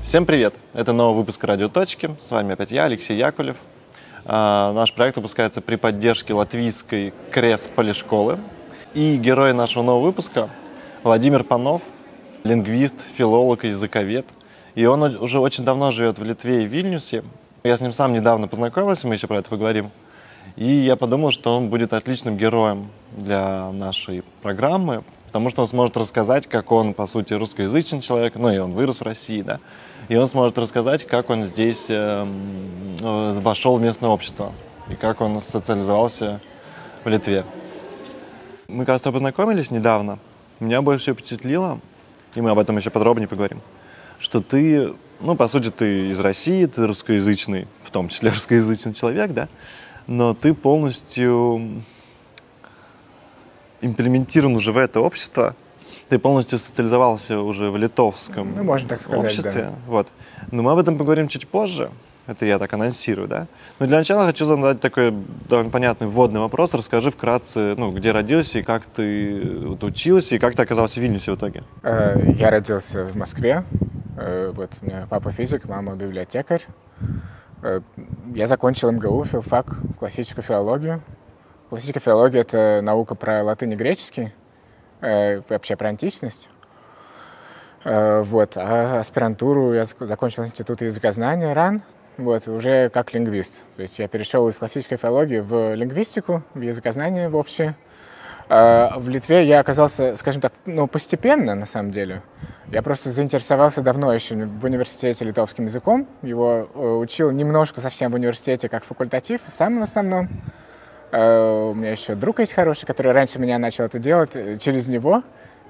Всем привет! Это новый выпуск «Радио Точки». С вами опять я, Алексей Яковлев. Наш проект выпускается при поддержке латвийской КРЕС-полишколы. И герой нашего нового выпуска Владимир Панов, лингвист, филолог и языковед. И он уже очень давно живет в Литве и в Вильнюсе. Я с ним сам недавно познакомился, мы еще про это поговорим. И я подумал, что он будет отличным героем для нашей программы, потому что он сможет рассказать, как он, по сути, русскоязычный человек, ну и он вырос в России, да, и он сможет рассказать, как он здесь вошел в местное общество и как он социализовался в Литве. Мы, кажется, познакомились недавно. Меня больше впечатлило, и мы об этом еще подробнее поговорим, что ты, по сути, ты из России, ты русскоязычный, в том числе русскоязычный человек, да, но ты полностью имплементирован уже в это общество, ты полностью социализовался уже в литовском можно так сказать, обществе. да. Вот. Но мы об этом поговорим чуть позже. Это я так анонсирую, да? Но для начала хочу задать такой довольно понятный вводный вопрос. Расскажи вкратце, где родился и как ты учился, и как ты оказался в Вильнюсе в итоге. Я родился в Москве. У меня папа физик, мама библиотекарь. Я закончил МГУ, филфак, классическую филологию. Классическая филология — это наука про латынь и греческий, вообще про античность. А аспирантуру я закончил институт языкознания РАН, уже как лингвист. То есть я перешел из классической филологии в лингвистику, в языкознание в общее. В Литве я оказался, скажем так, постепенно, на самом деле. Я просто заинтересовался давно еще в университете литовским языком. Его учил немножко совсем в университете как факультатив, сам в основном. У меня еще друг есть хороший, который раньше меня начал это делать, через него,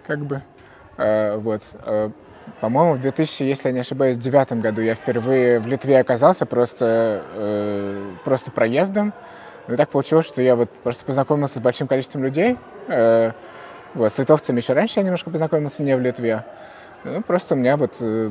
По-моему, в 2000, если я не ошибаюсь, 2009 году я впервые в Литве оказался просто проездом. И так получилось, что я просто познакомился с большим количеством людей. С литовцами еще раньше я немножко познакомился, не в Литве. Просто у меня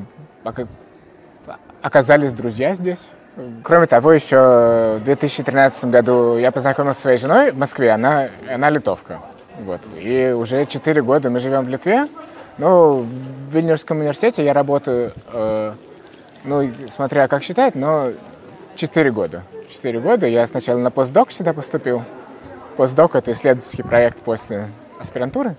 оказались друзья здесь. Кроме того, еще в 2013 году я познакомился со своей женой в Москве, она литовка. И уже 4 года мы живем в Литве. В Вильнюсском университете я работаю, смотря как считать, но 4 года. 4 года. Я сначала на постдок сюда поступил. Постдок — это исследовательский проект после аспирантуры.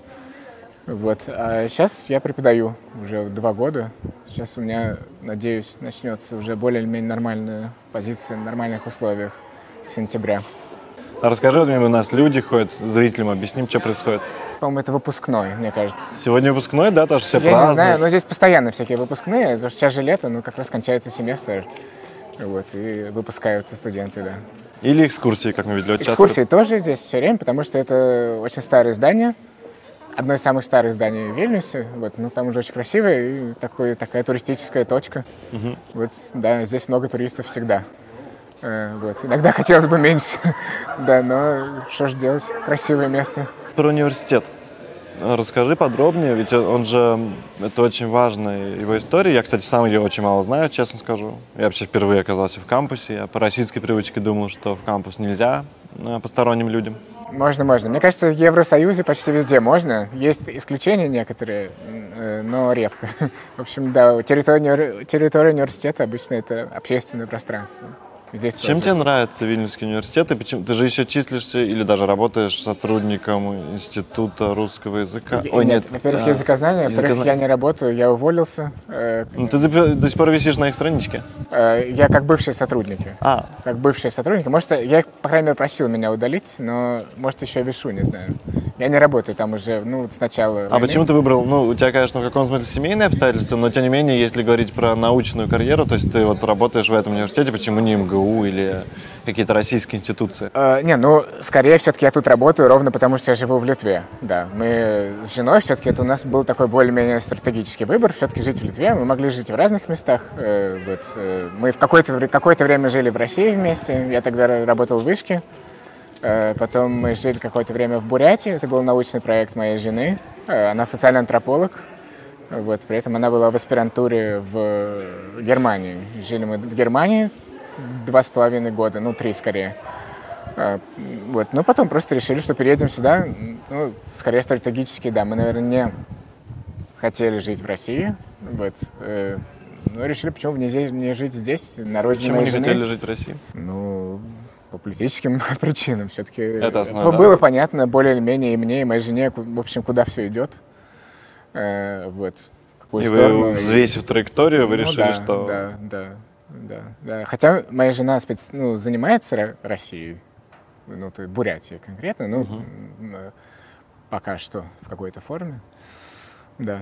А сейчас я преподаю уже 2 года. Сейчас у меня, надеюсь, начнется уже более-менее нормальная позиция в нормальных условиях с сентября. А расскажи, у нас люди ходят, зрителям объясним, что происходит. По-моему, это выпускной, мне кажется. Сегодня выпускной, да? Тоже все празднуют. Я не знаю, но здесь постоянно всякие выпускные, потому что сейчас же лето, как раз кончается семестр. И выпускаются студенты, да. Или экскурсии, как мы видели. Экскурсии тоже здесь все время, потому что это очень старое здание. Одно из самых старых зданий в Вильнюсе. Там уже очень красивое и такая туристическая точка. Угу. Здесь много туристов всегда. Иногда хотелось бы меньше, да, но что ж делать, красивое место. Про университет. Расскажи подробнее, ведь это очень важная его история. Я, кстати, сам ее очень мало знаю, честно скажу. Я вообще впервые оказался в кампусе. Я по российской привычке думал, что в кампус нельзя посторонним людям. Можно. Мне кажется, в Евросоюзе почти везде можно. Есть исключения некоторые, но редко. В общем, да, территория университета обычно это общественное пространство. Чем тебе нравится Вильнюсский университет? Ты же еще числишься или даже работаешь сотрудником Института русского языка? Нет, во-первых, языкознание, во-вторых, я не работаю, я уволился. Ты до сих пор висишь на их страничке? Я как бывший сотрудник. Как бывший сотрудник. Может, я их, по крайней мере, просил меня удалить, но, может, еще вишу, не знаю. Я не работаю там уже, с начала войны. Почему ты выбрал, у тебя, конечно, в каком смысле семейные обстоятельства, но, тем не менее, если говорить про научную карьеру, то есть ты работаешь в этом университете, почему не МГУ или какие-то российские институции? Скорее, все-таки я тут работаю ровно потому, что я живу в Литве. Да, мы с женой, все-таки это у нас был такой более-менее стратегический выбор, все-таки жить в Литве. Мы могли жить в разных местах. Мы в какое-то время жили в России вместе, я тогда работал в вышке. Потом мы жили какое-то время в Бурятии, это был научный проект моей жены. Она социальный антрополог, при этом она была в аспирантуре в Германии. Жили мы в Германии 2,5 года, 3 скорее. Но потом просто решили, что переедем сюда, скорее стратегически, да. Мы, наверное, не хотели жить в России, Ну, решили, почему бы не жить здесь, на родине Почему моей не жены. хотели жить в России? Ну, по политическим причинам все-таки. Это основное, да. Было понятно более или менее и мне, и моей жене, в общем, куда все идет. Вот. В какую И сторону. вы, взвесив траекторию, вы Ну решили, да, что... Да. Хотя моя жена занимается Россией, ну, то есть Бурятией конкретно, ну, пока что в какой-то форме. Да.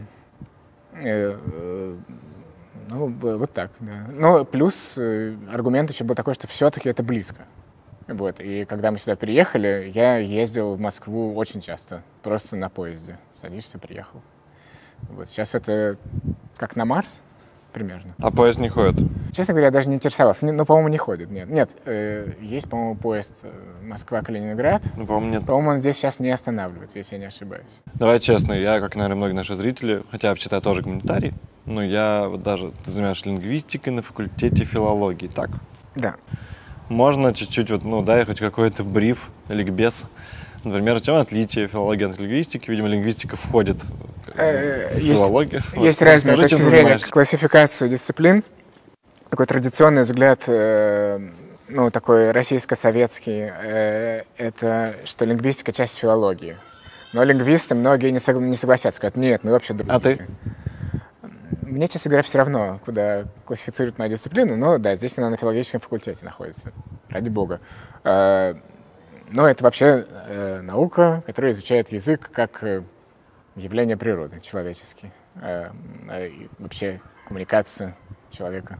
Ну, вот так, да. Но плюс аргумент еще был такой, что все-таки это близко. Вот. И когда мы сюда переехали, я ездил в Москву очень часто, просто на поезде. Садишься, приехал. Вот. Сейчас это как на Марс примерно. А поезд не ходит? Честно говоря, я даже не интересовался. Ну, по-моему, не ходит. Нет, есть, по-моему, поезд Москва-Калининград. Ну, по-моему, нет. По-моему, он здесь сейчас не останавливается, если я не ошибаюсь. Давай честно, я, как, наверное, многие наши зрители, хотя вообще-то я тоже гуманитарий, но я вот даже, ты занимаешься лингвистикой на факультете филологии, так? Да. Можно чуть-чуть, вот, ну, дай хоть какой-то бриф, ликбез. Например, в чем отличие филологии от лингвистики? Видимо, лингвистика входит в филологию. Есть Вот, разные расскажи, точки чем зрения, занимаешься. классификацию дисциплин. Такой традиционный взгляд, ну, такой российско-советский, это что лингвистика — часть филологии. Но лингвисты многие не согласятся, скажут, нет, мы вообще другие. А ты? Мне, честно говоря, все равно, куда классифицируют мою дисциплину, но да, здесь она на филологическом факультете находится, ради бога. Но это вообще наука, которая изучает язык как явление природы, человеческий, и вообще коммуникацию человека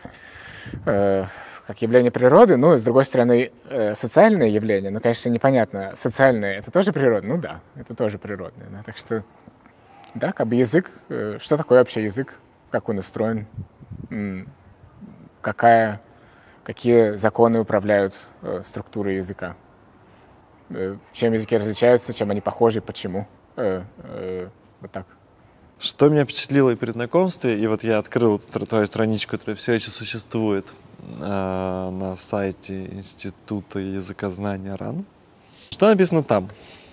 как явление природы. Ну, с другой стороны, социальное явление, ну, конечно, непонятно, социальное — это тоже природа? Ну да, это тоже природное. Да? Так что, да, как бы язык, что такое вообще язык, как он устроен, какие законы управляют структурой языка, чем языки различаются, чем они похожи, почему. Вот так. Что меня впечатлило и при знакомстве, и вот я открыл твою страничку, которая все еще существует на сайте Института языкознания РАН. Что написано там?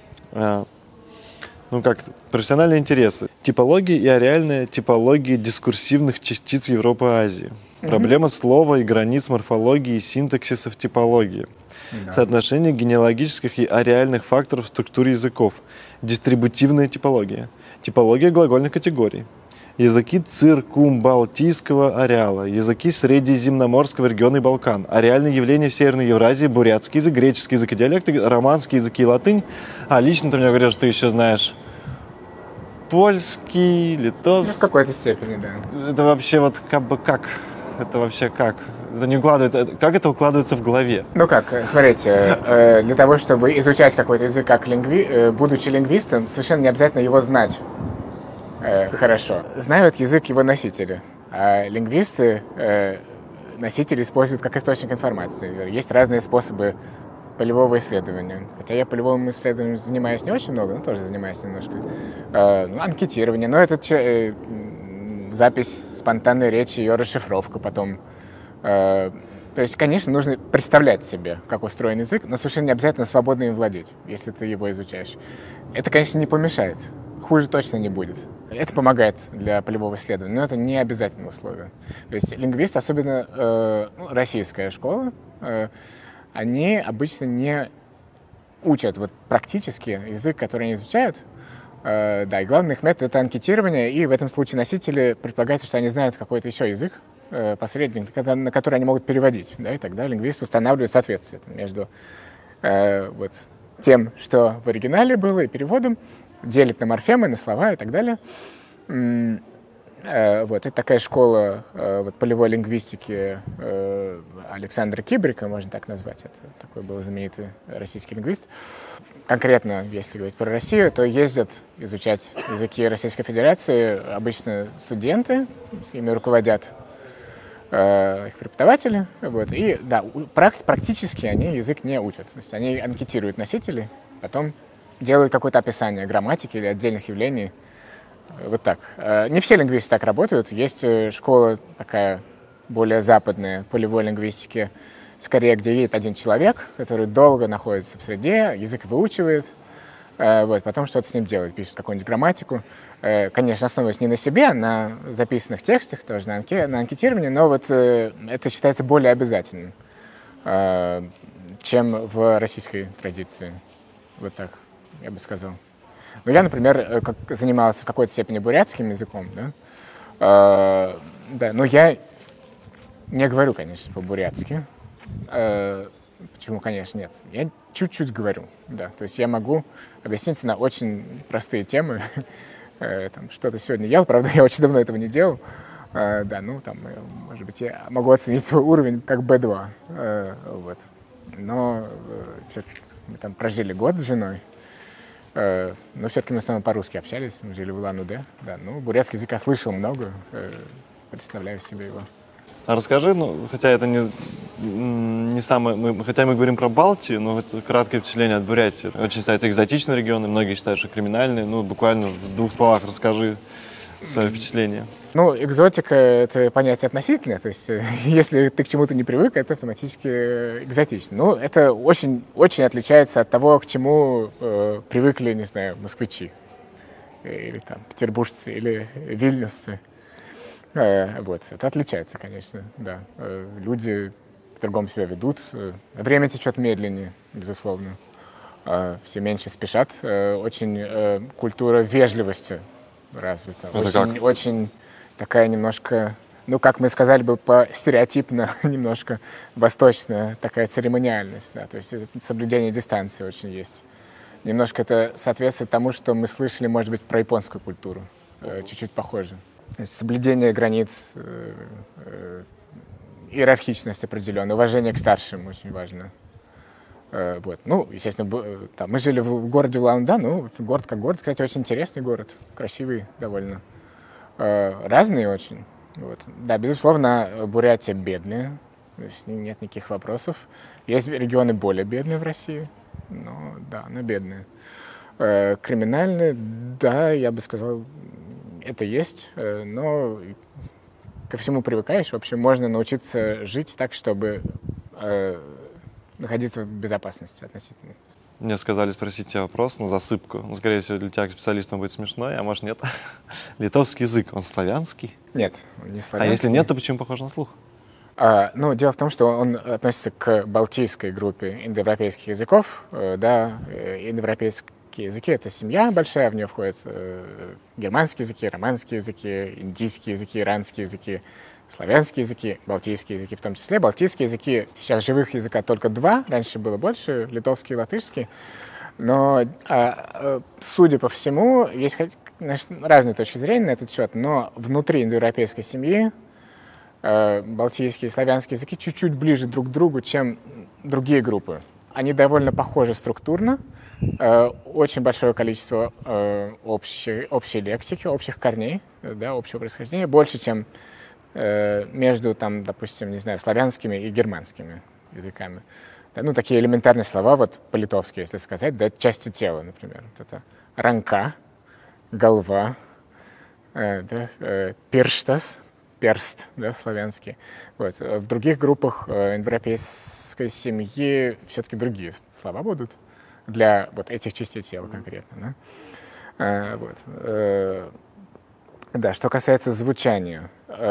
Ну как, профессиональные интересы. Типология и ареальная типология дискурсивных частиц Европы и Азии. Проблема слова и границ морфологии и синтаксиса в типологии. Да. Соотношение генеалогических и ареальных факторов в структуре языков. Дистрибутивная типология. Типология глагольных категорий. Языки циркумбалтийского ареала. Языки Средиземноморского региона и Балкан. Ареальные явления в Северной Евразии. Бурятский язык, греческий язык и диалекты, романские языки и латынь. А лично ты мне говоришь, что ты еще знаешь польский, литовский. Ну, в какой-то степени, да. Это вообще вот как бы как? Это вообще как? Это не укладывается. Как это укладывается в голове? Ну как, смотрите, для того, чтобы изучать какой-то язык как будучи лингвистом, совершенно не обязательно его знать хорошо. Знают язык его носители, а лингвисты носители используют как источник информации. Есть разные способы полевого исследования. Хотя я полевым исследованием занимаюсь не очень много, но тоже занимаюсь немножко. Анкетирование, но это запись спонтанной речи, ее расшифровка потом. То есть, конечно, нужно представлять себе, как устроен язык, но совершенно не обязательно свободно им владеть, если ты его изучаешь. Это, конечно, не помешает. Хуже точно не будет. Это помогает для полевого исследования, но это не обязательное условие. То есть лингвисты, особенно российская школа, они обычно не учат вот практически язык, который они изучают. Да, и главный их метод — это анкетирование, и в этом случае носители предполагается, что они знают какой-то еще язык, посредник, на который они могут переводить, да, и тогда лингвист устанавливает соответствие между вот тем, что в оригинале было, и переводом, делит на морфемы, на слова и так далее. Вот, это такая школа вот, полевой лингвистики Александра Кибрика, можно так назвать. Это такой был знаменитый российский лингвист. Конкретно, если говорить про Россию, то ездят изучать языки Российской Федерации обычно студенты, ими руководят их преподаватели. Вот, и да, практически они язык не учат. То есть они анкетируют носителей, потом делают какое-то описание грамматики или отдельных явлений. Вот так. Не все лингвисты так работают. Есть школа такая более западная полевой лингвистики, скорее, где едет один человек, который долго находится в среде, язык выучивает, Вот, потом что-то с ним делать, пишут какую-нибудь грамматику. Конечно, основываясь не на себе, а на записанных текстах, тоже на анкетировании, но вот это считается более обязательным, чем в российской традиции. Вот так, я бы сказал. Ну, я, например, занимался в какой-то степени бурятским языком, да, но я не говорю, конечно, по-бурятски. Почему, конечно, нет. Я чуть-чуть говорю, да. То есть я могу объяснить на очень простые темы. Там, что-то сегодня ел, правда, я очень давно этого не делал. Да, ну, там, может быть, я могу оценить свой уровень как B2. Вот. Но все-таки мы там прожили год с женой. Но все-таки мы с вами по-русски общались, мы жили в Улан-Удэ. Да, ну, бурятский язык я слышал много, представляю себе его. А расскажи, ну, хотя это не самое... хотя мы говорим про Балтию, но это краткое впечатление от Бурятии. Очень считается экзотичный регион, и многие считают, что криминальный. Ну, буквально в 2 словах расскажи свое впечатление. Ну, экзотика — это понятие относительное. То есть, если ты к чему-то не привык, это автоматически экзотично. Ну, это очень, очень отличается от того, к чему привыкли, не знаю, москвичи. Или там петербуржцы, или вильнюсцы. Вот, это отличается, конечно, да. Люди по-другому себя ведут. Время течет медленнее, безусловно. Все меньше спешат. Очень культура вежливости развита. Очень такая немножко, ну, как мы сказали бы, стереотипно, немножко восточная такая церемониальность. Да. То есть соблюдение дистанции очень есть. Немножко это соответствует тому, что мы слышали, может быть, про японскую культуру. Чуть-чуть похоже. Соблюдение границ, иерархичность определенная, уважение к старшим очень важно. Вот. Ну, естественно, там, мы жили в городе Улан-Удэ, ну, город как город, кстати, очень интересный город, красивый довольно, разный очень. Вот. Да, безусловно, Бурятия бедная, то есть нет никаких вопросов. Есть регионы более бедные в России, но да, она бедная. Криминальные, да, я бы сказал, это есть, но ко всему привыкаешь. В общем, можно научиться жить так, чтобы находиться в безопасности относительно. Мне сказали спросить тебя вопрос на засыпку. Ну, скорее всего, для тебя, как специалиста, он будет смешной, а может, нет. Литовский язык, он славянский? Нет, он не славянский. А если нет, то почему похож на слух? Ну, дело в том, что он относится к балтийской группе индоевропейских языков. Да, индоевропейские языки — это семья большая, в нее входят германские языки, романские языки, индийские языки, иранские языки, славянские языки, балтийские языки в том числе. Балтийские языки, сейчас живых языка только 2, раньше было больше, литовский и латышский. Но, судя по всему, есть, значит, разные точки зрения на этот счет, но внутри индоевропейской семьи балтийские и славянские языки чуть-чуть ближе друг к другу, чем другие группы. Они довольно похожи структурно, очень большое количество общей лексики, общих корней, да, общего происхождения, больше, чем между, там, допустим, не знаю, славянскими и германскими языками. Да, ну, такие элементарные слова, вот по-литовски, если сказать, да, части тела, например. Вот это ранка, голова, да, перштас, перст, да, славянский. Вот. В других группах индоевропейской семьи все-таки другие слова будут для вот этих частей тела конкретно. Да? Вот. Да, что касается звучания.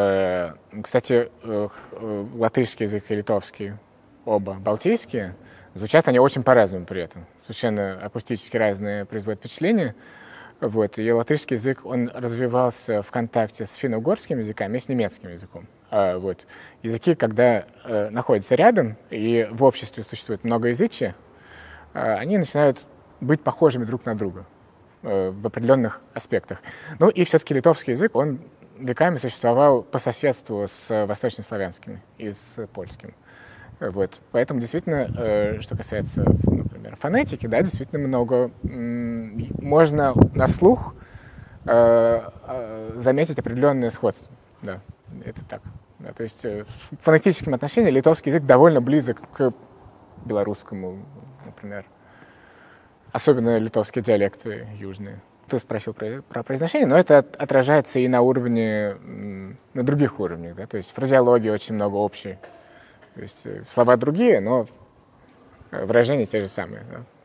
Кстати, латышский язык и литовский, оба балтийские, звучат они очень по-разному при этом. Совершенно акустически разные производят впечатление. Вот. И латышский язык, он развивался в контакте с финно-угорским языками и с немецким языком. Вот. Языки, когда находятся рядом и в обществе существует многоязычие, они начинают быть похожими друг на друга в определенных аспектах. Ну и все-таки литовский язык, он веками существовал по соседству с восточнославянским и с польским. Вот. Поэтому действительно, что касается, например, фонетики, да, действительно много можно на слух заметить определенное сходство. Да, это так. Да, то есть в фонетическом отношении литовский язык довольно близок к белорусскому, например. Особенно литовские диалекты южные. Ты спросил про произношение, но это отражается и на уровне, на других уровнях. Да? То есть фразеологии очень много общей. То есть слова другие, но выражения те же самые. Да?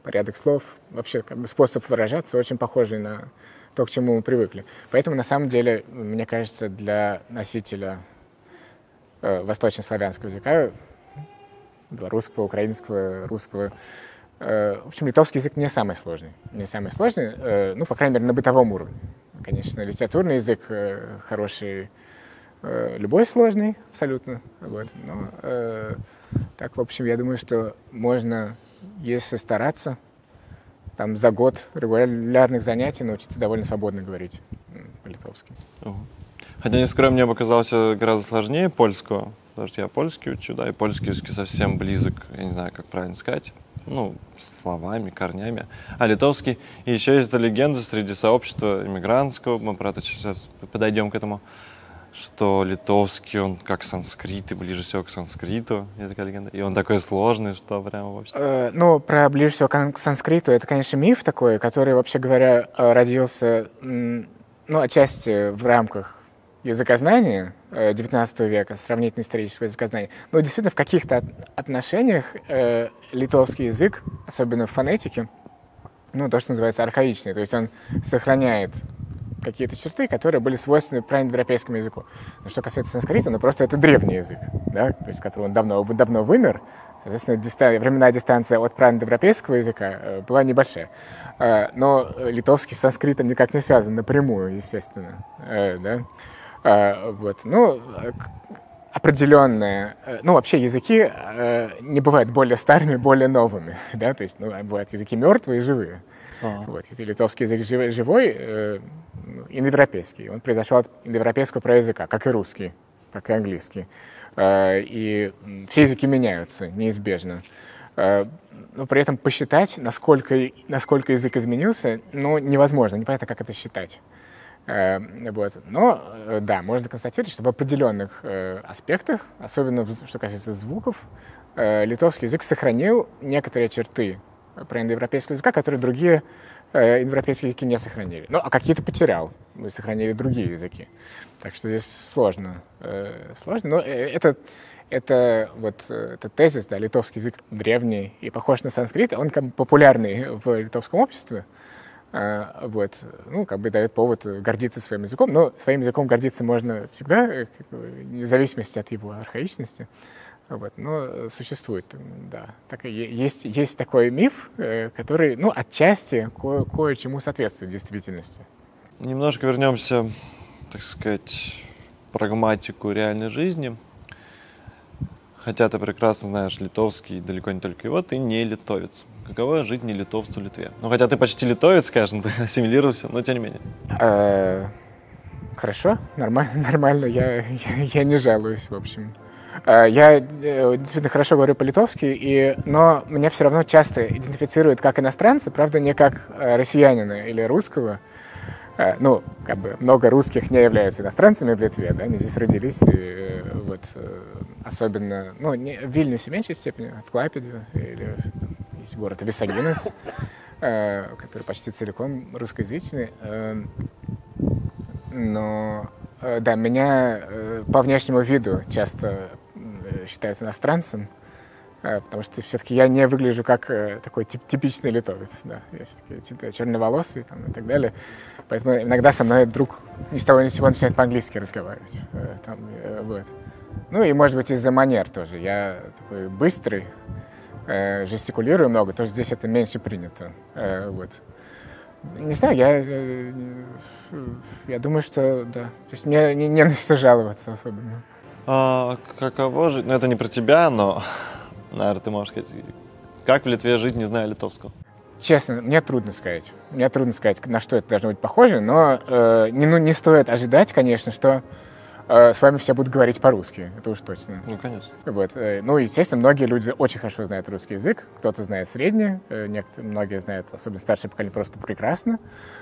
порядок слов, вообще как бы способ выражаться очень похожий на то, к чему мы привыкли. Поэтому, на самом деле, мне кажется, для носителя восточнославянского языка, белорусского, украинского, русского, в общем, литовский язык не самый сложный. Не самый сложный, ну, по крайней мере, на бытовом уровне. Конечно, литературный язык хороший, любой сложный абсолютно. Вот. Но так, в общем, я думаю, что можно, если стараться, там за год регулярных занятий научиться довольно свободно говорить по-литовски. Хотя, не скрою, мне показалось гораздо сложнее польского, потому что я польский учу, да, и польский язык совсем близок, я не знаю, как правильно сказать, ну, словами, корнями. А литовский, и еще есть эта легенда среди сообщества иммигрантского, мы, правда, сейчас подойдем к этому, что литовский, он как санскрит, и ближе всего к санскриту, есть такая легенда, и он такой сложный, что прям вообще... Ну, про ближе всего к санскриту, это, конечно, миф такой, который, вообще говоря, родился, ну, отчасти в рамках языкознания XIX века, сравнительно исторического языкознания. Но действительно в каких-то отношениях литовский язык, особенно в фонетике, ну, то, что называется архаичный, то есть он сохраняет какие-то черты, которые были свойственны праиндоевропейскому языку. Но что касается санскрита, ну, просто это древний язык, да, то есть который он давно вымер, соответственно, временная дистанция от праиндоевропейского языка была небольшая. Но литовский с санскритом никак не связан напрямую, естественно, да. Вот. Ну, определенные... Ну, вообще языки не бывают более старыми, более новыми. Да? То есть, ну, бывают языки мертвые и живые. Вот. Если литовский язык живой, индоевропейский. Он произошел от индоевропейского праязыка, как и русский, как и английский. И все языки меняются неизбежно. Но при этом посчитать, насколько язык изменился, ну, невозможно. Непонятно, как это считать. Вот. Но, да, можно констатировать, что в определенных аспектах, особенно что касается звуков, литовский язык сохранил некоторые черты праиндоевропейского языка, которые другие индоевропейские языки не сохранили. Ну, а какие-то потерял, и сохранили другие языки. Так что здесь сложно. Но этот тезис, да, литовский язык древний и похож на санскрит, он как бы популярный в литовском обществе. Вот. Ну, как бы дает повод гордиться своим языком. Но своим языком гордиться можно всегда, вне зависимости от его архаичности. Вот. Но существует, да. Есть такой миф, который, ну, отчасти кое-чему соответствует действительности. Немножко вернемся, так сказать, в прагматику реальной жизни. Хотя ты прекрасно знаешь литовский, далеко не только его, ты не литовец. Каково жить не литовцу в Литве? Ну, хотя ты почти литовец, скажем, ты ассимилировался, но тем не менее. Хорошо, нормально, я не жалуюсь, в общем. Я действительно хорошо говорю по-литовски, но меня все равно часто идентифицируют как иностранца, правда, не как россиянина или русского. Ну, как бы много русских не являются иностранцами в Литве, да, они здесь родились, вот, особенно, ну, в Вильнюсе в меньшей степени, в Клайпеде, или есть город Висагинес, который почти целиком русскоязычный, но, да, меня по внешнему виду часто считают иностранцем, потому что все-таки я не выгляжу как такой типичный литовец, да, я все-таки черноволосый там, и так далее, поэтому иногда со мной вдруг ни с того ни с сего начинает по-английски разговаривать, там, вот. Ну и, может быть, из-за манер тоже, я такой быстрый, жестикулирую много, тоже здесь это меньше принято, вот. Не знаю, я думаю, что, да, то есть мне не на что жаловаться особенно. Каково жить? Ну, это не про тебя, но, наверное, ты можешь сказать, как в Литве жить, не зная литовского? Честно, мне трудно сказать. На что это должно быть похоже, но не стоит ожидать, конечно, что с вами все будут говорить по-русски, это уж точно. Ну, конечно. Вот. Ну, естественно, многие люди очень хорошо знают русский язык, кто-то знает средний, многие знают, особенно старшее поколение, просто прекрасно.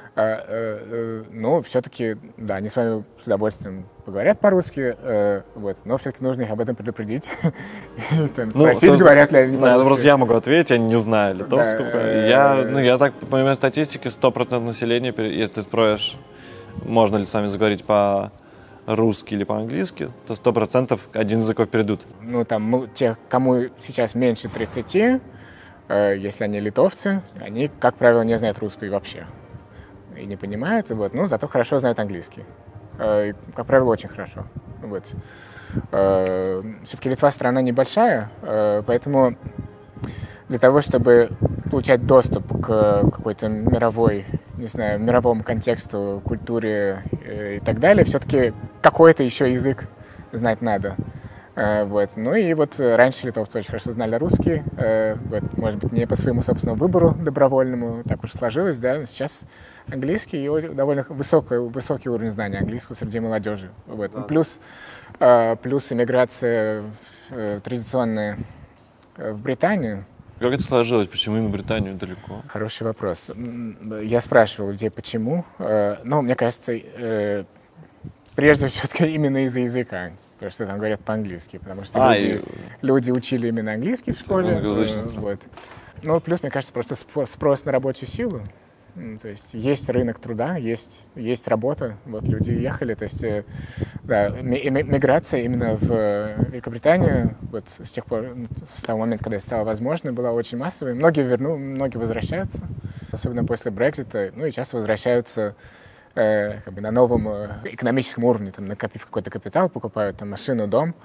Но все-таки, да, они с вами с удовольствием поговорят по-русски, вот, но все-таки нужно их об этом предупредить, спросить, говорят ли они по-русски. Просто я могу ответить, я не знаю литовского. Я так понимаю, статистики 100% населения, если ты спросишь, можно ли с вами заговорить по-русски или по-английски, то 100% один из языков перейдут. Ну, там, те, кому сейчас меньше 30, Если они литовцы, они, как правило, не знают русский вообще и не понимают, вот, но зато хорошо знают английский. И, как правило, очень хорошо. Вот. Все-таки Литва страна небольшая, поэтому для того, чтобы получать доступ к какой-то мировой, не знаю, мировому контексту, культуре и так далее, все-таки какой-то еще язык знать надо. Вот. Ну и вот раньше литовцы очень хорошо знали русский, вот, может быть, не по своему собственному выбору добровольному, так уж сложилось, да, но сейчас английский и довольно высокий уровень знания английского среди молодежи. Вот. Ну, плюс иммиграция традиционная в Британию. Как это сложилось? Почему именно Британию далеко? Хороший вопрос. Я спрашивал людей, почему. Но мне кажется, прежде всего, все-таки именно из-за языка. Потому что там говорят по-английски. Потому что люди учили именно английский в школе. Вот. Ну, плюс, мне кажется, просто спрос на рабочую силу. То есть рынок труда, есть работа, вот люди ехали, то есть да, миграция именно в Великобританию вот с тех пор, с того момента, когда это стало возможно, была очень массовой. Многие возвращаются, особенно после Брексита, ну и часто возвращаются как бы на новом экономическом уровне, там, накопив какой-то капитал, покупают там машину, дом,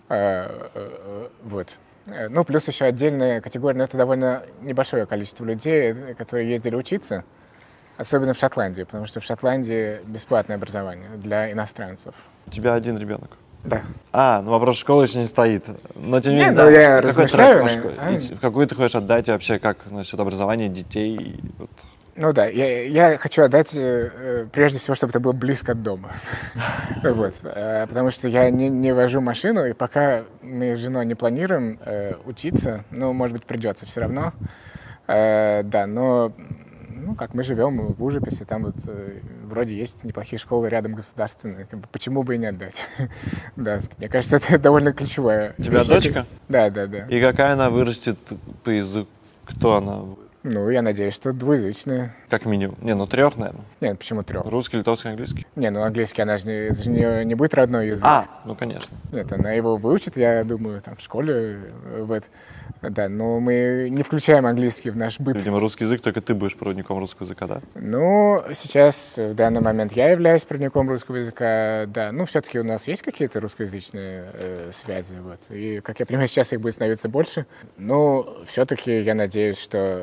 вот. Ну, плюс еще отдельная категория, но это довольно небольшое количество людей, которые ездили учиться, особенно в Шотландии, потому что в Шотландии бесплатное образование для иностранцев. У тебя один ребенок? Да. Ну вопрос школы еще не стоит. Но тем не менее, да, я размышляю. В какую ты хочешь отдать и вообще как насчет образования детей? Вот. Ну да, я хочу отдать прежде всего, чтобы это было близко от дома. Вот. Потому что я не вожу машину, и пока мы с женой не планируем учиться, ну, может быть, придется все равно. Да, но ну, как мы живем в Ужиписе, там вот вроде есть неплохие школы рядом государственные, как бы, почему бы и не отдать? Да, мне кажется, это довольно ключевая. У тебя дочка? Да. И какая она вырастет по языку? Кто она? Ну, я надеюсь, что двуязычная. Как минимум. Трех, наверное. Нет, почему трех? Русский, литовский, английский. Английский, это же не будет родной язык. Ну, конечно. Нет, она его выучит, я думаю, там, в школе, вот. Да, но мы не включаем английский в наш быт. Видимо, русский язык, только ты будешь проводником русского языка, да? Ну, сейчас, в данный момент, я являюсь проводником русского языка, да. Ну, все-таки у нас есть какие-то русскоязычные связи, вот. И, как я понимаю, сейчас их будет становиться больше. Но все-таки я надеюсь, что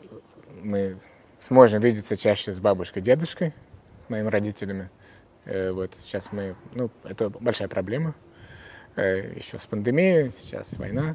мы сможем видеться чаще с бабушкой, дедушкой, с моими родителями. Вот сейчас это большая проблема. Еще с пандемией, сейчас война.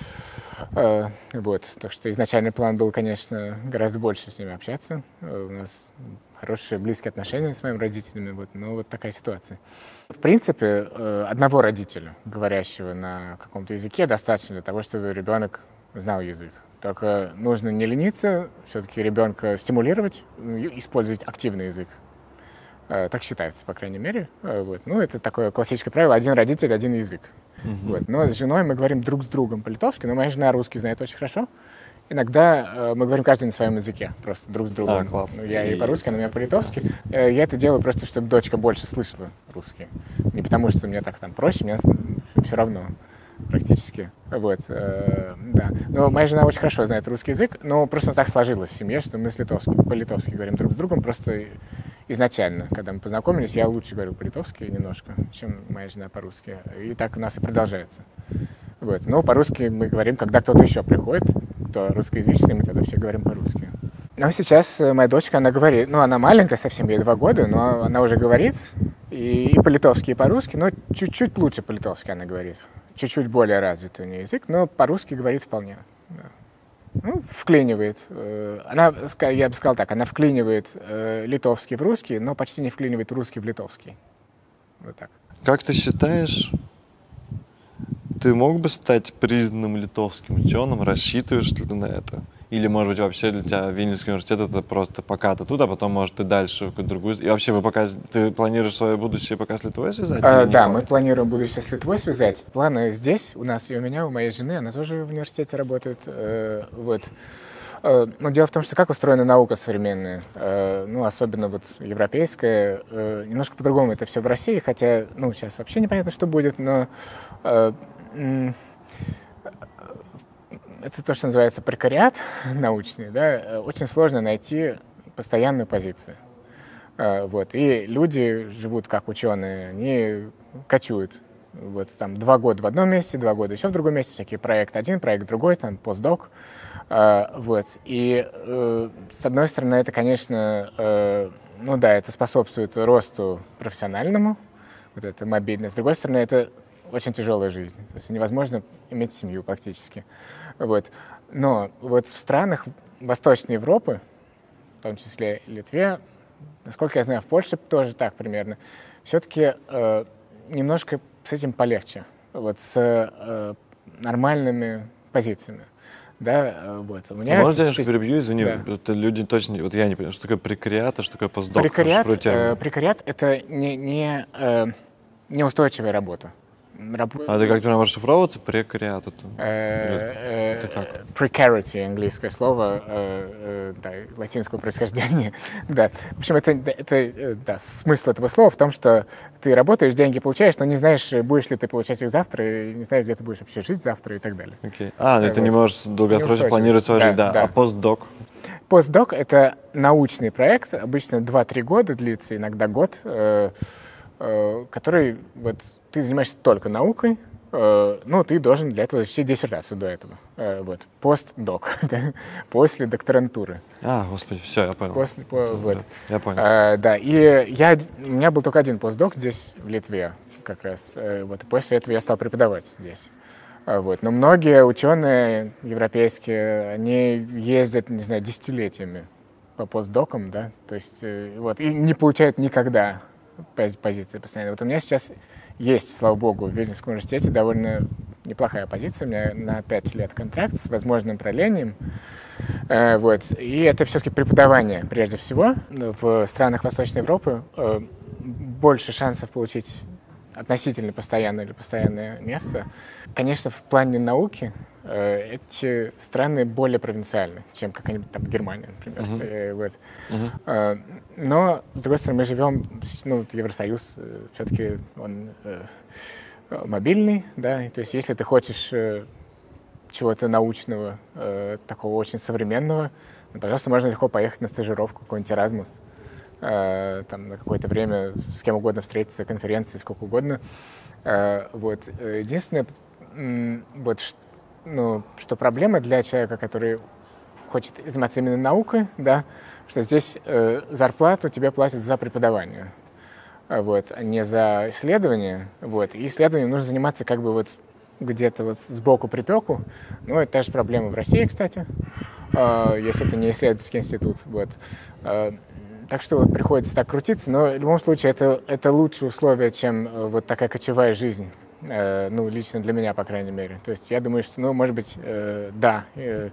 Вот, так что изначальный план был, конечно, гораздо больше с ними общаться. У нас хорошие, близкие отношения с моими родителями, но вот такая ситуация. В принципе, одного родителя, говорящего на каком-то языке, достаточно для того, чтобы ребенок знал язык. Только нужно не лениться, все-таки ребенка стимулировать, использовать активный язык. Так считается, по крайней мере. Вот. Ну, это такое классическое правило: один родитель, один язык. Вот. Но с женой мы говорим друг с другом по-литовски, но моя жена русский знает очень хорошо. Иногда мы говорим каждый на своем языке, просто друг с другом. Классно. Я ей по-русски, она меня по-литовски. Я это делаю просто, чтобы дочка больше слышала русский. Не потому, что мне так там проще, мне все равно практически. Вот, да. Но моя жена очень хорошо знает русский язык, но просто так сложилось в семье, что мы по-литовски говорим друг с другом. Просто изначально, когда мы познакомились, я лучше говорил по-литовски немножко, чем моя жена по-русски. И так у нас и продолжается. Вот. Но по-русски мы говорим, когда кто-то еще приходит, кто русскоязычный, мы тогда все говорим по-русски. Но сейчас моя дочка, она говорит, она маленькая совсем, ей 2 года, но она уже говорит и по-литовски, и по-русски, но чуть-чуть лучше по-литовски она говорит. Чуть-чуть более развитый у нее язык, но по-русски говорит вполне. Да. Вклинивает. Я бы сказал так, она вклинивает литовский в русский, но почти не вклинивает русский в литовский. Вот так. Как ты считаешь, ты мог бы стать признанным литовским ученым? Рассчитываешь ли ты на это? Или, может быть, вообще для тебя Вильнюсский университет это просто пока ты тут, а потом, может, ты дальше в какую-то другую... И вообще, ты планируешь свое будущее пока с Литвой связать? Да, мы планируем будущее с Литвой связать. Планы здесь у нас и у меня, у моей жены, она тоже в университете работает. Вот. Но дело в том, что как устроена наука современная, особенно вот европейская, немножко по-другому это все в России, хотя, сейчас вообще непонятно, что будет, но это то, что называется прекариат научный, да, очень сложно найти постоянную позицию. Вот. И люди живут как ученые, они кочуют. Вот, там 2 года в одном месте, 2 года еще в другом месте, всякие проекты один, проект другой, там постдок. Вот. И с одной стороны, это, конечно, ну да, это способствует росту профессиональному, вот это мобильность. С другой стороны, это очень тяжелая жизнь. То есть невозможно иметь семью практически. Вот. Но вот в странах Восточной Европы, в том числе Литве, насколько я знаю, в Польше тоже так примерно, все-таки немножко с этим полегче, вот с нормальными позициями. Да, вот. У меня Можно я немножко перебью, извини, да. это люди точно, вот я не понимаю, что такое прекариат, а что такое постдок? Прекариат — это неустойчивая работа. А ты как-то расшифровываться прекариат? Precarity, английское слово, да, латинского происхождения. Да. В общем, да, смысл этого слова в том, что ты работаешь, деньги получаешь, но не знаешь, будешь ли ты получать их завтра, и не знаешь, где ты будешь вообще жить завтра и так далее. Okay. Ты не можешь долгосрочно планировать свою жизнь, да. А постдок? Постдок — это научный проект, обычно 2-3 года длится, иногда год, который вот ты занимаешься только наукой, ну, ты должен для этого защитить диссертацию до этого. Вот. Постдок, да, после докторантуры. Господи, все, я понял. Вот. Я понял. Да, и у меня был только один постдок здесь, в Литве, как раз. Вот. И после этого я стал преподавать здесь. Вот. Но многие ученые европейские, они ездят, не знаю, десятилетиями по постдокам, да, то есть, вот, и не получают никогда позиции постоянно. Вот у меня сейчас есть, слава богу, в Вильнюсском университете довольно неплохая позиция. У меня на 5 лет контракт с возможным продлением. Вот. И это все-таки преподавание, прежде всего. В странах Восточной Европы больше шансов получить относительно постоянное или постоянное место. Конечно, в плане науки эти страны более провинциальны, чем какая-нибудь там Германия, например. Вот. Но, с другой стороны, мы живем, ну, Евросоюз все-таки он мобильный, да, то есть если ты хочешь чего-то научного, такого очень современного, ну, пожалуйста, можно легко поехать на стажировку, какой-нибудь Erasmus, там на какое-то время с кем угодно встретиться, конференции, сколько угодно. Вот. Единственное, вот, ну, что проблема для человека, который хочет заниматься именно наукой, да, что здесь зарплату тебе платят за преподавание, вот, а не за исследование. Вот. И исследованием нужно заниматься как бы вот где-то вот сбоку припеку. Ну, это та же проблема в России, кстати, если это не исследовательский институт. Вот. Так что вот приходится так крутиться, но в любом случае это лучшие условия, чем вот такая кочевая жизнь. Ну, лично для меня, по крайней мере. То есть я думаю, что, ну, может быть, да,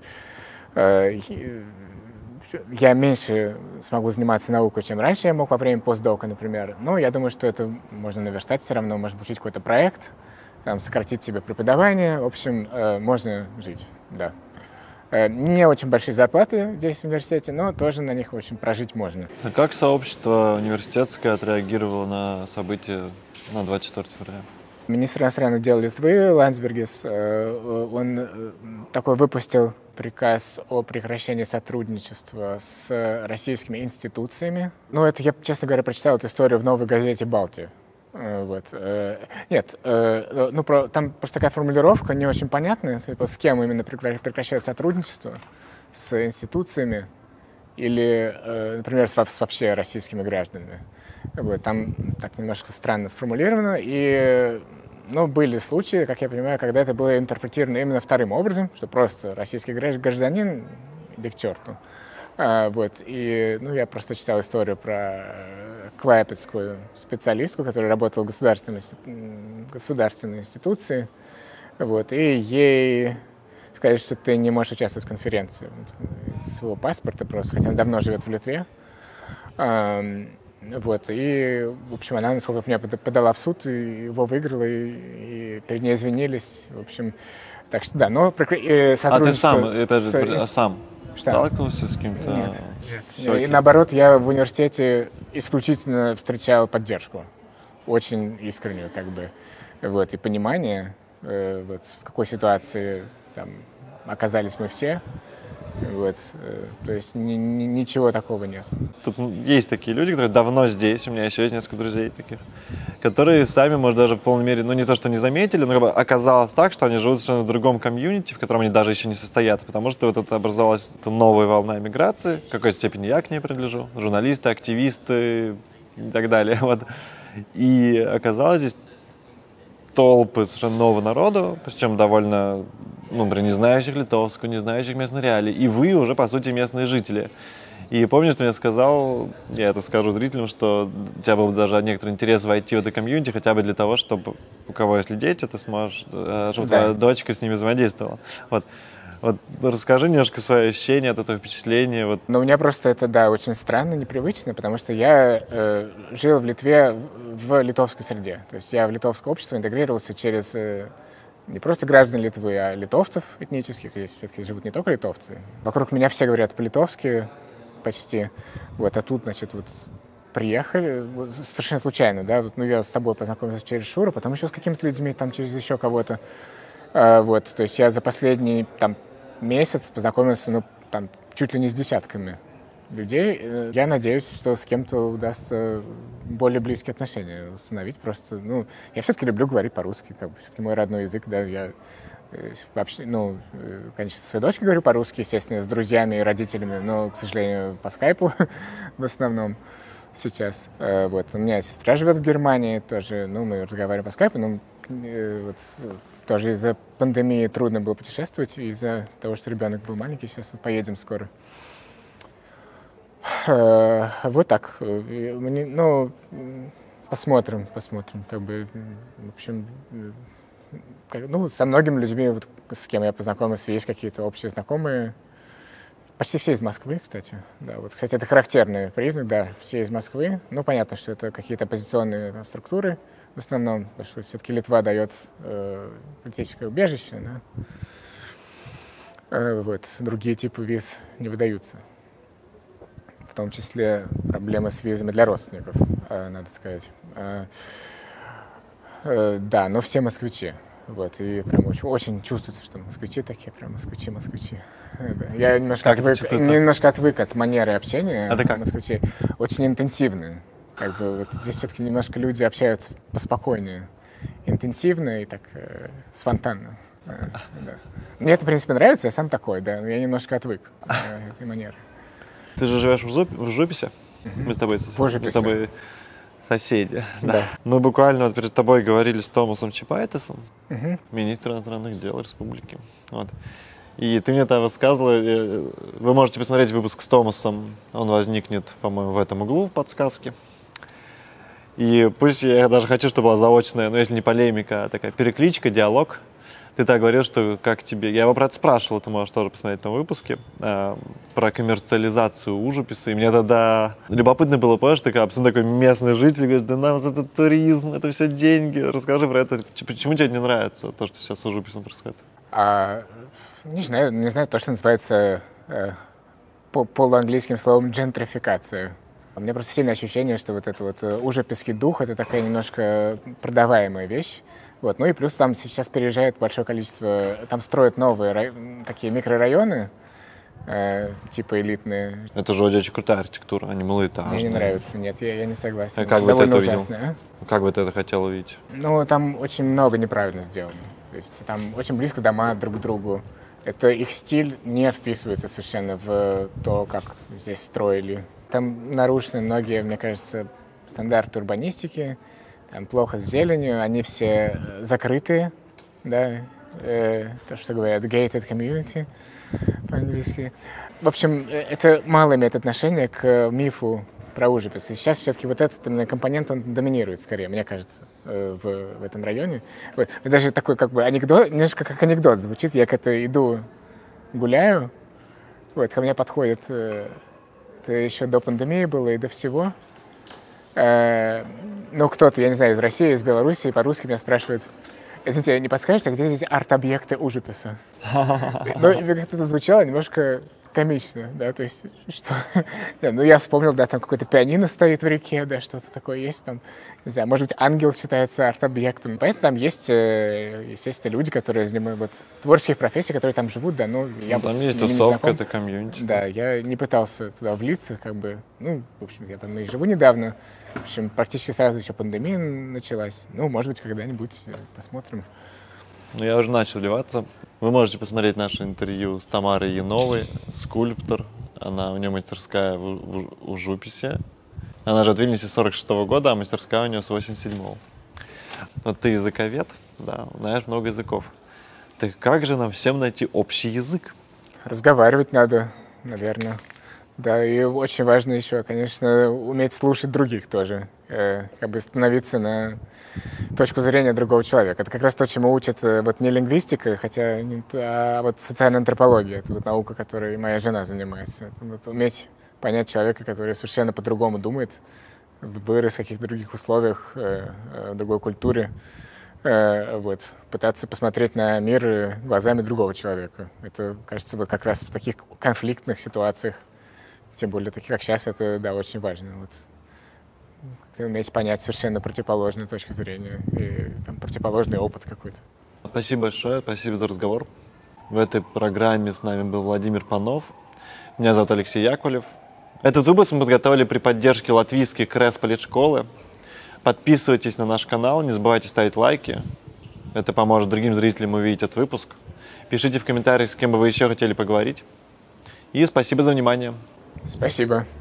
я меньше смогу заниматься наукой, чем раньше я мог во время постдока, например. Но я думаю, что это можно наверстать все равно, можно получить какой-то проект, там, сократить себе преподавание. В общем, можно жить, да. Не очень большие зарплаты здесь в университете, но тоже на них, в общем, прожить можно. А как сообщество университетское отреагировало на события на 24 февраля? Министр иностранных дел Литвы Ландсбергис, он такой выпустил приказ о прекращении сотрудничества с российскими институциями. Ну, это я, честно говоря, прочитал эту историю в «Новой газете Балтии». Вот. Нет, ну, там просто такая формулировка не очень понятная, типа, с кем именно прекращает сотрудничество, с институциями или, например, с вообще российскими гражданами. Вот. Там так немножко странно сформулировано, и, ну, были случаи, как я понимаю, когда это было интерпретировано именно вторым образом, что просто российский гражданин, иди к черту. Вот. И, ну, я просто читал историю про клайпедскую специалистку, которая работала в государственной институции. Вот. И ей сказали, что ты не можешь участвовать в конференции своего паспорта просто, хотя она давно живет в Литве. Вот. И, в общем, она, насколько я понимаю, подала в суд, и его выиграла, и перед ней извинились. В общем, так что да, но сотрудничество... А ты сам, опять же, сам что? Сталкивался с каким-то... Нет. И наоборот, я в университете исключительно встречал поддержку. Очень искреннюю, как бы. Вот, и понимание, вот, в какой ситуации там, оказались мы все. Вот, то есть ничего такого нет. Тут есть такие люди, которые давно здесь, у меня еще есть несколько друзей таких, которые сами, может, даже в полной мере, ну не то, что не заметили, но как бы оказалось так, что они живут совершенно в другом комьюнити, в котором они даже еще не состоят, потому что вот это образовалась эта новая волна миграции, в какой-то степени я к ней принадлежу, журналисты, активисты и так далее. Вот. И оказалось здесь толпы совершенно нового народа, причем довольно, ну, например, не знающих литовского, не знающих местных реалий. И вы уже, по сути, местные жители. И помнишь, ты мне сказал, я это скажу зрителям, что у тебя был даже некоторый интерес войти в это комьюнити, хотя бы для того, чтобы у кого, если дети, ты сможешь, чтобы твоя дочка с ними взаимодействовала. Вот расскажи немножко свои ощущения от этого впечатления. Вот. Ну, у меня просто это, да, очень странно, непривычно, потому что я жил в Литве в литовской среде. То есть я в литовское общество интегрировался через не просто граждан Литвы, а литовцев этнических. Здесь все-таки живут не только литовцы. Вокруг меня все говорят по-литовски почти. Вот, а тут, значит, вот приехали, вот, совершенно случайно, да, вот, ну, я с тобой познакомился через Шуру, потом еще с какими-то людьми, там, через еще кого-то. Вот, то есть я за последний, там, месяц познакомился, ну, там, чуть ли не с десятками людей. Я надеюсь, что с кем-то удастся более близкие отношения установить. Просто, ну, я все-таки люблю говорить по-русски, как бы, все-таки мой родной язык, да, я вообще, ну, конечно, со своей дочкой говорю по-русски, естественно, с друзьями и родителями, но, к сожалению, по скайпу в основном сейчас. Вот, у меня сестра живет в Германии тоже, ну, мы разговариваем по скайпу, но вот, тоже из-за пандемии трудно было путешествовать, из-за того, что ребенок был маленький. Сейчас поедем скоро. Вот так. Ну, посмотрим. Как бы, в общем, ну, со многими людьми, вот, с кем я познакомился, есть какие-то общие знакомые. Почти все из Москвы, кстати. Да, вот, кстати, это характерный признак, да, все из Москвы. Ну, понятно, что это какие-то оппозиционные структуры. В основном, потому что все-таки Литва дает политическое убежище, да? Вот, другие типы виз не выдаются. В том числе проблемы с визами для родственников, надо сказать. Да, но все москвичи. Вот, и прям очень чувствуется, что москвичи такие, прям москвичи. Да. Я немножко отвык от манеры общения москвичей. Очень интенсивные. Как бы вот здесь все-таки немножко люди общаются поспокойнее, интенсивно и так спонтанно. Да. Мне это, в принципе, нравится, я сам такой, да, но я немножко отвык от этой манеры. Ты же живешь в Жуписе? Мы с тобой соседи. Да. Мы буквально вот перед тобой говорили с Томасом Чапайтесом, министром иностранных дел республики. Вот. И ты мне там рассказывала, вы можете посмотреть выпуск с Томасом, он возникнет, по-моему, в этом углу в подсказке. И пусть я даже хочу, чтобы была заочная, ну если не полемика, а такая перекличка, диалог. Ты так говорил, что как тебе... Я его, правда, спрашивал, ты можешь тоже посмотреть в том выпуске, про коммерциализацию ужуписа. И мне тогда любопытно было, понимаешь, ты абсолютно такой местный житель, говоришь, да нам вот этот туризм, это все деньги. Расскажи про это. Почему тебе не нравится то, что сейчас с ужуписом происходит? Не знаю, то, что называется полуанглийским словом джентрификация. У меня просто сильное ощущение, что вот это вот ужуписский дух — это такая немножко продаваемая вещь. Вот. Ну и плюс там сейчас переезжает большое количество, там строят новые такие микрорайоны, типа элитные. Это же очень крутая архитектура, они малоэтажные. Мне не нравится, нет, я не согласен. А как бы ты это увидел? Как бы ты это хотел увидеть? Ну, там очень много неправильно сделано. То есть там очень близко дома друг к другу. Это их стиль не вписывается совершенно в то, как здесь строили. Там нарушены многие, мне кажется, стандарты урбанистики. Там плохо с зеленью, они все закрытые, да, то, что говорят gated community по-английски. В общем, это мало имеет отношение к мифу про ужупис. И сейчас все-таки вот этот компонент, он доминирует скорее, мне кажется, в этом районе. Вот. И даже такой как бы анекдот, немножко как анекдот звучит. Я как-то иду, гуляю, вот, ко мне подходит, это еще до пандемии было и до всего. Ну, кто-то, я не знаю, из России, из Беларуси, по-русски меня спрашивает: извините, не подскажете, где здесь арт-объекты ужуписа? Ну, как-то это звучало немножко комично, да, то есть, что... Да, ну, я вспомнил, да, там какое-то пианино стоит в реке, да, что-то такое есть там. Не знаю, может быть, ангел считается арт-объектом. Поэтому там есть, естественно, люди, которые занимают вот, творческих профессий, которые там живут, да, но я Там вот есть с ними не тусовка, знаком. это комьюнити. Да, я не пытался туда влиться, как бы, ну, в общем, я там и живу недавно. В общем, практически сразу еще пандемия началась. Ну, может быть, когда-нибудь посмотрим. Ну, я уже начал вливаться. Вы можете посмотреть наше интервью с Тамарой Яновой, скульптор. Она, у нее мастерская в Жуписе. Она же от Вильнюса с 46-го года, а мастерская у нее с 87-го. Вот ты языковед, да, знаешь много языков. Так как же нам всем найти общий язык? Разговаривать надо, наверное. Да, и очень важно еще, конечно, уметь слушать других тоже. Как бы становиться на точку зрения другого человека. Это как раз то, чему учат вот не лингвистика, хотя, а вот социальная антропология. Это вот наука, которой моя жена занимается. Это вот уметь понять человека, который совершенно по-другому думает, вырос в каких-то других условиях, в другой культуре. Вот, пытаться посмотреть на мир глазами другого человека. Это, кажется, вот как раз в таких конфликтных ситуациях, тем более таких, как сейчас, это, да, очень важно. Вот. Уметь понять совершенно противоположную точку зрения и там, противоположный опыт какой-то. Спасибо большое, спасибо за разговор. В этой программе с нами был Владимир Панов. Меня зовут Алексей Яковлев. Этот выпуск мы подготовили при поддержке латвийской КРЭС политшколы. Подписывайтесь на наш канал, не забывайте ставить лайки. Это поможет другим зрителям увидеть этот выпуск. Пишите в комментариях, с кем бы вы еще хотели поговорить. И спасибо за внимание. Спасибо.